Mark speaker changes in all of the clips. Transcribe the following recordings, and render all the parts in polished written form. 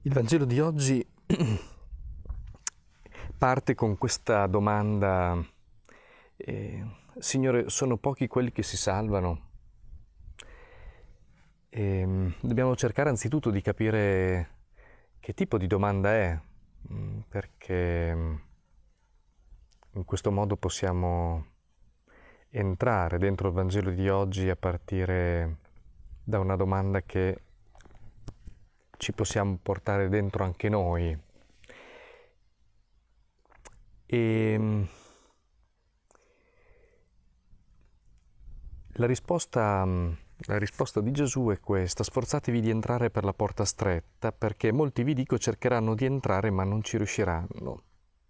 Speaker 1: Il Vangelo di oggi parte con questa domanda, Signore, sono pochi quelli che si salvano? Dobbiamo cercare anzitutto di capire che tipo di domanda è, perché in questo modo possiamo entrare dentro il Vangelo di oggi a partire da una domanda che ci possiamo portare dentro anche noi. E la risposta, la risposta di Gesù è questa: sforzatevi di entrare per la porta stretta, perché molti vi dico cercheranno di entrare ma non ci riusciranno.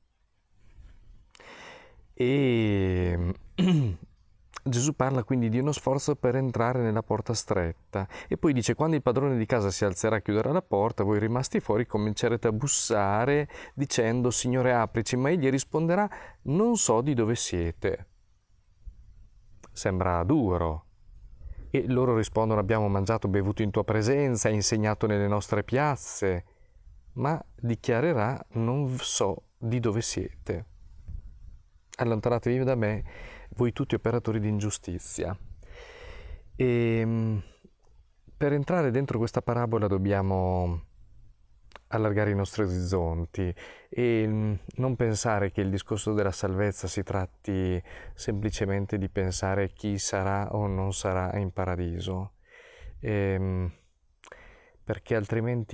Speaker 1: E Gesù parla quindi di uno sforzo per entrare nella porta stretta e poi dice: quando il padrone di casa si alzerà a chiudere la porta, voi rimasti fuori comincerete a bussare dicendo: Signore, aprici, ma egli risponderà: non so di dove siete. Sembra duro. E loro rispondono: abbiamo mangiato e bevuto in tua presenza, hai insegnato nelle nostre piazze. Ma dichiarerà: non so di dove siete. Allontanatevi da me, voi tutti operatori di ingiustizia. E per entrare dentro questa parabola dobbiamo allargare i nostri orizzonti e non pensare che il discorso della salvezza si tratti semplicemente di pensare chi sarà o non sarà in paradiso, ehm, perché altrimenti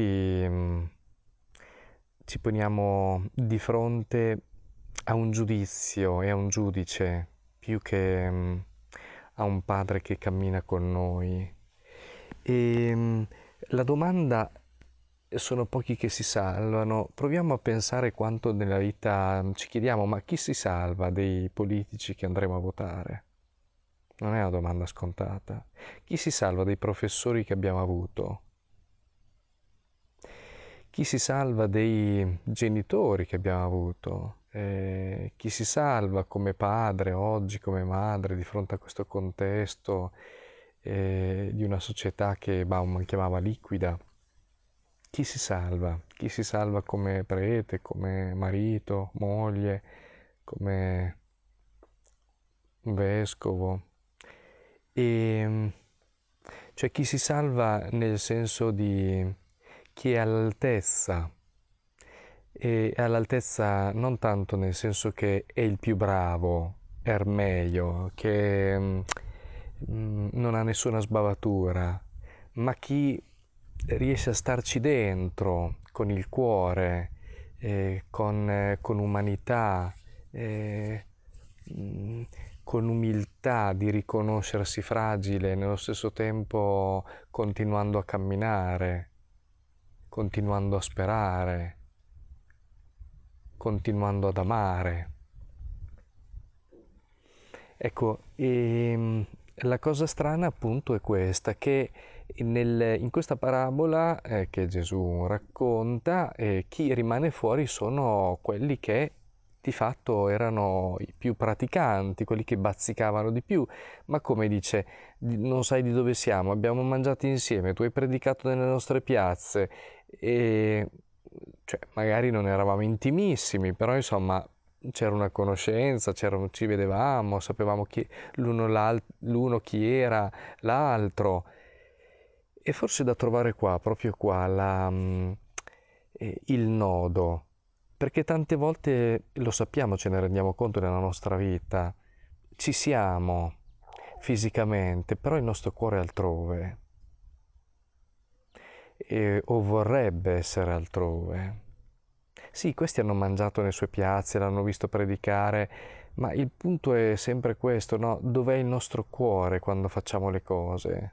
Speaker 1: ci poniamo di fronte a un giudizio e a un giudice più che a un padre che cammina con noi. La domanda: sono pochi che si salvano. Proviamo a pensare quanto nella vita ci chiediamo: ma chi si salva dei politici che andremo a votare? Non è una domanda scontata. Chi si salva dei professori che abbiamo avuto? Chi si salva dei genitori che abbiamo avuto? Chi si salva come padre oggi, come madre, di fronte a questo contesto di una società che Bauman chiamava liquida? Chi si salva? Chi si salva come prete, come marito, moglie, come vescovo? E cioè chi si salva nel senso di chi è all'altezza, e all'altezza non tanto nel senso che è il più bravo, è il meglio, che non ha nessuna sbavatura, ma chi riesce a starci dentro con il cuore, con umanità, eh, mh, con umiltà di riconoscersi fragile, nello stesso tempo continuando a camminare, continuando a sperare, continuando ad amare. Ecco, la cosa strana appunto è questa, che in questa parabola che Gesù racconta, chi rimane fuori sono quelli che di fatto erano i più praticanti, quelli che bazzicavano di più, ma come dice: non sai di dove siamo, abbiamo mangiato insieme, tu hai predicato nelle nostre piazze, e cioè, magari non eravamo intimissimi, però insomma c'era una conoscenza, ci vedevamo, sapevamo l'uno chi era l'altro. E forse da trovare qua, proprio qua, il nodo, perché tante volte lo sappiamo, ce ne rendiamo conto nella nostra vita, ci siamo fisicamente, però il nostro cuore è altrove, o vorrebbe essere altrove. Sì, questi hanno mangiato nelle sue piazze, l'hanno visto predicare, ma il punto è sempre questo, no? Dov'è il nostro cuore quando facciamo le cose?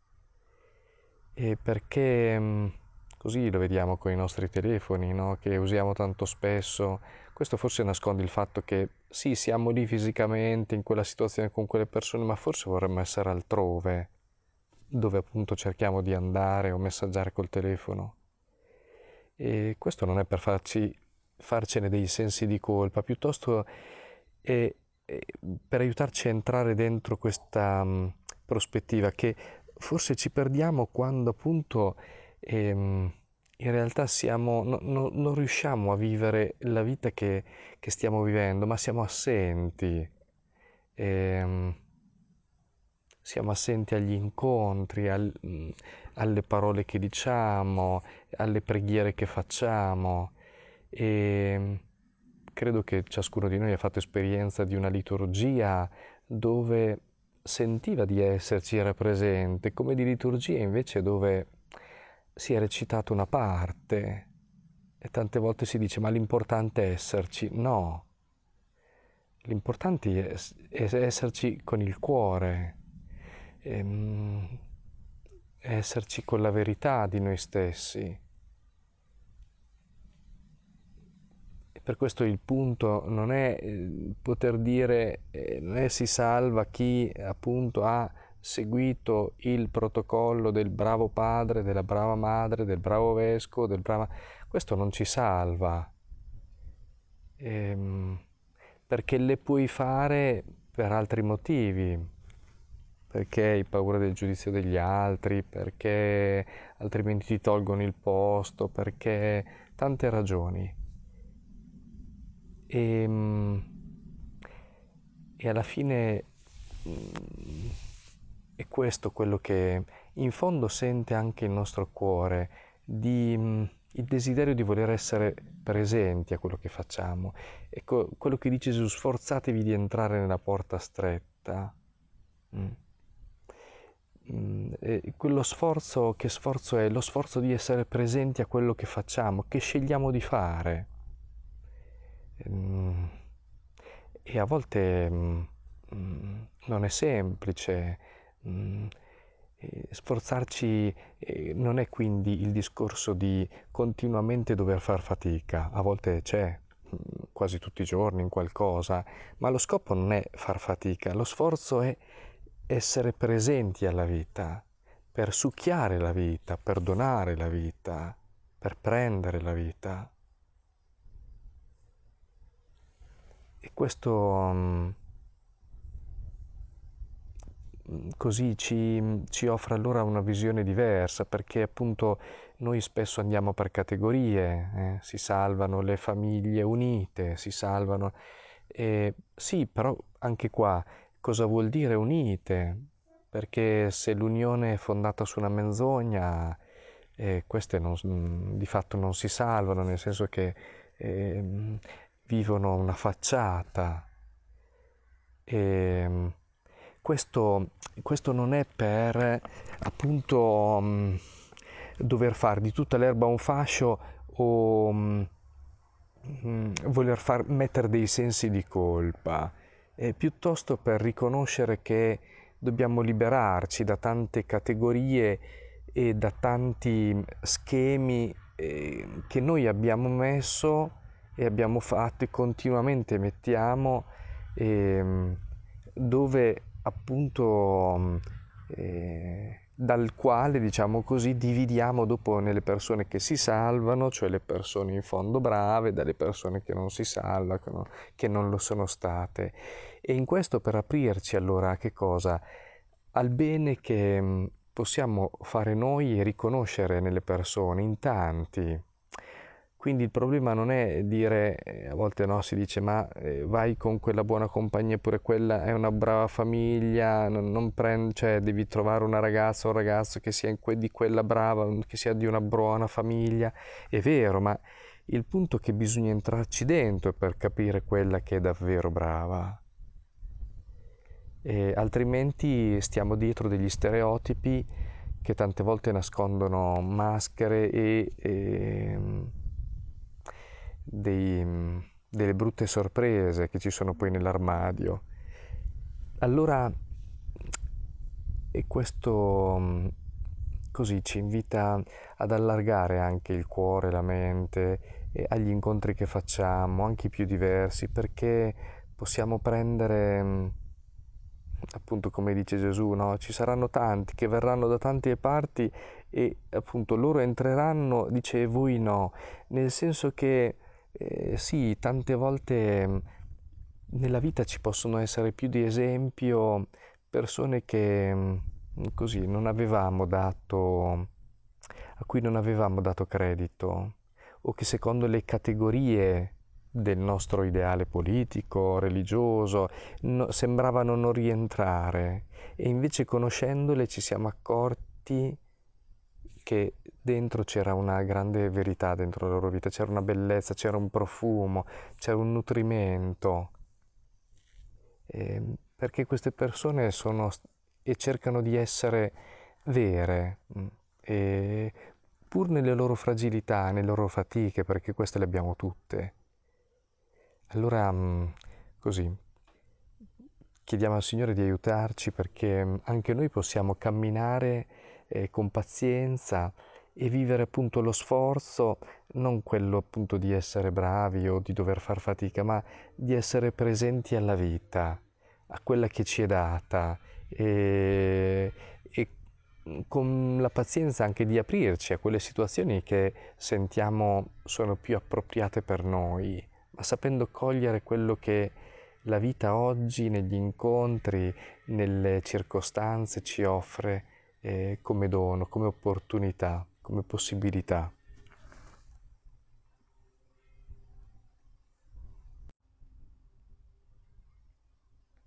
Speaker 1: E perché così lo vediamo con i nostri telefoni, no? Che usiamo tanto spesso. Questo forse nasconde il fatto che sì, siamo lì fisicamente in quella situazione con quelle persone, ma forse vorremmo essere altrove, dove appunto cerchiamo di andare o messaggiare col telefono. E questo non è per farcene dei sensi di colpa, piuttosto è per aiutarci a entrare dentro questa prospettiva che forse ci perdiamo quando appunto ehm, in realtà non riusciamo a vivere la vita che stiamo vivendo, ma siamo assenti. Ehm, Siamo assenti agli incontri, alle parole che diciamo, alle preghiere che facciamo e credo che ciascuno di noi ha fatto esperienza di una liturgia dove sentiva di esserci, era presente, come di liturgia invece dove si è recitata una parte e tante volte si dice ma l'importante è esserci. No, l'importante è esserci con il cuore, ehm, è esserci con la verità di noi stessi. E per questo il punto non è poter dire, non è si salva chi appunto ha seguito il protocollo del bravo padre, della brava madre, del bravo vescovo, del bravo... Questo non ci salva, ehm, perché le puoi fare per altri motivi, perché hai paura del giudizio degli altri, perché altrimenti ti tolgono il posto, perché tante ragioni. E, e alla fine è questo quello che in fondo sente anche il nostro cuore, il desiderio di voler essere presenti a quello che facciamo. Ecco, quello che dice Gesù, sforzatevi di entrare nella porta stretta. Mm. Quello sforzo, che sforzo è? Lo sforzo di essere presenti a quello che facciamo, che scegliamo di fare. Mm, E a volte non è semplice. mm, Sforzarci non è quindi il discorso di continuamente dover far fatica, a volte c'è, quasi tutti i giorni in qualcosa, ma lo scopo non è far fatica, lo sforzo è essere presenti alla vita, per succhiare la vita, per donare la vita, per prendere la vita. E questo così ci offre allora una visione diversa, perché appunto noi spesso andiamo per categorie, si salvano le famiglie unite, si salvano... sì, però anche qua cosa vuol dire unite? Perché se l'unione è fondata su una menzogna, queste di fatto non si salvano, nel senso che ehm, vivono una facciata. E, questo, questo non è per appunto dover fare di tutta l'erba un fascio o voler mettere dei sensi di colpa, è piuttosto per riconoscere che dobbiamo liberarci da tante categorie e da tanti schemi che noi abbiamo messo e abbiamo fatto e continuamente mettiamo, ehm, dove appunto dal quale, diciamo così, dividiamo dopo nelle persone che si salvano, cioè le persone in fondo brave, dalle persone che non si salvano, che non lo sono state. E in questo per aprirci allora a che cosa? Al bene che possiamo fare noi e riconoscere nelle persone, in tanti. Quindi il problema non è dire, a volte no, si dice ma vai con quella buona compagnia, pure quella è una brava famiglia, non cioè devi trovare una ragazza o un ragazzo che sia di quella brava, che sia di una buona famiglia. È vero, ma il punto è che bisogna entrarci dentro per capire quella che è davvero brava. Altrimenti stiamo dietro degli stereotipi che tante volte nascondono maschere delle brutte sorprese che ci sono poi nell'armadio. Allora, e questo così ci invita ad allargare anche il cuore, la mente agli incontri che facciamo, anche i più diversi, perché possiamo prendere, appunto come dice Gesù, no? Ci saranno tanti che verranno da tante parti e appunto loro entreranno, dice e voi no, nel senso che sì, tante volte nella vita ci possono essere più di esempio persone che così non avevamo dato a cui non avevamo dato credito o che secondo le categorie del nostro ideale politico, religioso, sembravano non rientrare e invece conoscendole ci siamo accorti che dentro c'era una grande verità dentro la loro vita, c'era una bellezza, c'era un profumo, c'era un nutrimento, perché queste persone sono e cercano di essere vere, e pur nelle loro fragilità, nelle loro fatiche, perché queste le abbiamo tutte. Allora, così, chiediamo al Signore di aiutarci perché anche noi possiamo camminare con pazienza e vivere appunto lo sforzo, non quello appunto di essere bravi o di dover far fatica, ma di essere presenti alla vita, a quella che ci è data e con la pazienza anche di aprirci a quelle situazioni che sentiamo sono più appropriate per noi, ma sapendo cogliere quello che la vita oggi negli incontri, nelle circostanze ci offre come dono, come opportunità, come possibilità.